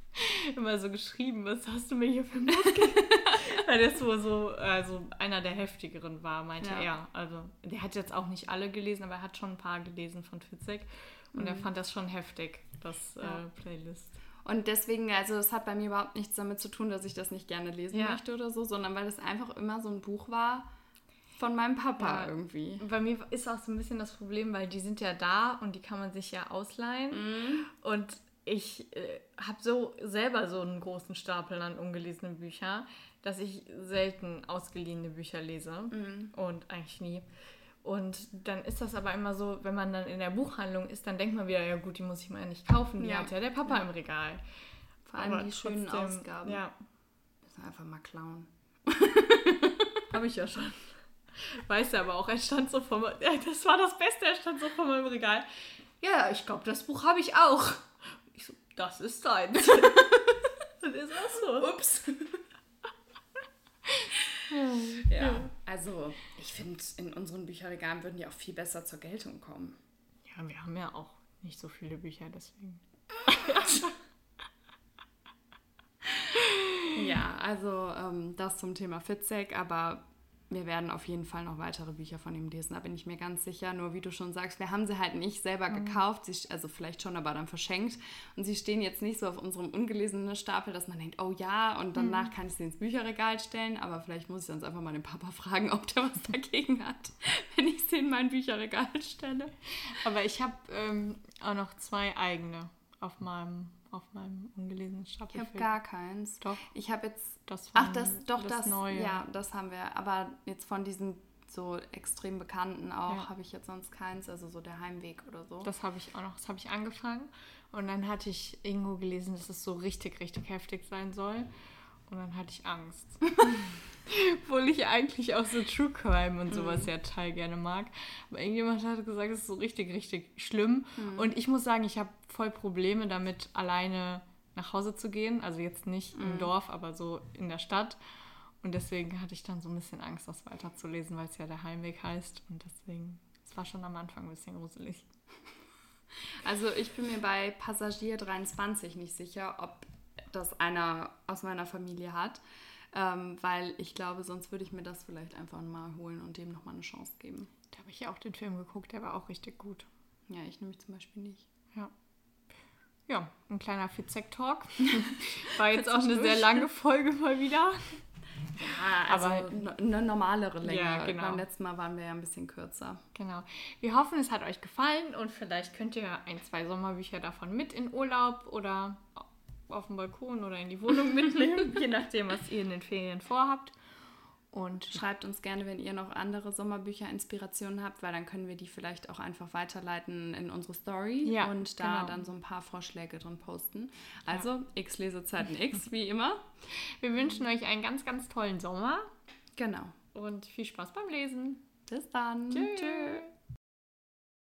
immer so geschrieben, was hast du mir hier für ein Buch gegeben? Weil das so, so also einer der heftigeren war, meinte ja. er. Also der hat jetzt auch nicht alle gelesen, aber er hat schon ein paar gelesen von Fitzek. Und mm. er fand das schon heftig, das ja. äh, Playlist. Und deswegen, also es hat bei mir überhaupt nichts damit zu tun, dass ich das nicht gerne lesen ja. möchte oder so, sondern weil es einfach immer so ein Buch war von meinem Papa ja. irgendwie. Bei mir ist auch so ein bisschen das Problem, weil die sind ja da und die kann man sich ja ausleihen. Mhm. Und ich äh, habe so selber so einen großen Stapel an ungelesenen Büchern, dass ich selten ausgeliehene Bücher lese. Mhm. Und eigentlich nie. Und dann ist das aber immer so, wenn man dann in der Buchhandlung ist, dann denkt man wieder, ja gut, die muss ich mal nicht kaufen, die Ja. hat ja der Papa Ja. im Regal. Vor allem Aber die schönen trotzdem, Ausgaben. Ja, Müssen wir einfach mal klauen. habe ich ja schon. Weißt du aber auch, er stand so vor meinem, das war das Beste, er stand so vor meinem Regal. Ja, ich glaube, das Buch habe ich auch. Ich so, das ist deins. Und ist auch so. Ups. Ja, also ich finde, in unseren Bücherregalen würden die auch viel besser zur Geltung kommen. Ja, wir haben ja auch nicht so viele Bücher, deswegen. Ja, also ähm, das zum Thema Fitzek, aber wir werden auf jeden Fall noch weitere Bücher von ihm lesen, da bin ich mir ganz sicher. Nur wie du schon sagst, wir haben sie halt nicht selber mhm. gekauft, sie, also vielleicht schon, aber dann verschenkt. Und sie stehen jetzt nicht so auf unserem ungelesenen Stapel, dass man denkt, oh ja, und danach mhm. kann ich sie ins Bücherregal stellen. Aber vielleicht muss ich sonst einfach mal den Papa fragen, ob der was dagegen hat, wenn ich sie in mein Bücherregal stelle. Aber ich habe ähm, auch noch zwei eigene auf meinem auf meinem ungelesenen Stapel. Ich habe gar keins. Doch. Ich habe jetzt... Das Ach, das, doch, das, das Neue. Ja, das haben wir. Aber jetzt von diesen so extrem Bekannten auch ja. habe ich jetzt sonst keins. Also so der Heimweg oder so. Das habe ich auch noch. Das habe ich angefangen. Und dann hatte ich irgendwo gelesen, dass es so richtig, richtig heftig sein soll. Und dann hatte ich Angst. Obwohl ich eigentlich auch so True Crime und sowas mhm. ja total gerne mag. Aber irgendjemand hat gesagt, es ist so richtig, richtig schlimm. Mhm. Und ich muss sagen, ich habe voll Probleme damit, alleine nach Hause zu gehen. Also jetzt nicht mhm. im Dorf, aber so in der Stadt. Und deswegen hatte ich dann so ein bisschen Angst, das weiterzulesen, weil es ja der Heimweg heißt. Und deswegen, es war schon am Anfang ein bisschen gruselig. Also ich bin mir bei Passagier dreiundzwanzig nicht sicher, ob das einer aus meiner Familie hat. Ähm, weil ich glaube, sonst würde ich mir das vielleicht einfach mal holen und dem nochmal eine Chance geben. Da habe ich ja auch den Film geguckt, der war auch richtig gut. Ja, ich nämlich zum Beispiel nicht. Ja. Ja, ein kleiner Fitzek-Talk. War jetzt auch eine sehr lange Folge mal wieder. Ja, also aber eine normalere Länge. Ja, genau. Beim letzten Mal waren wir ja ein bisschen kürzer. Genau. Wir hoffen, es hat euch gefallen und vielleicht könnt ihr ein, zwei Sommerbücher davon mit in Urlaub oder auf dem Balkon oder in die Wohnung mitnehmen, je nachdem, was ihr in den Ferien vorhabt. Und schreibt uns gerne, wenn ihr noch andere Sommerbücher-Inspirationen habt, weil dann können wir die vielleicht auch einfach weiterleiten in unsere Story ja, und da genau. dann so ein paar Vorschläge drin posten. Also ja. X-Lesezeiten X, wie immer. Wir wünschen euch einen ganz, ganz tollen Sommer. Genau. Und viel Spaß beim Lesen. Bis dann. Tschüss. Tschüss.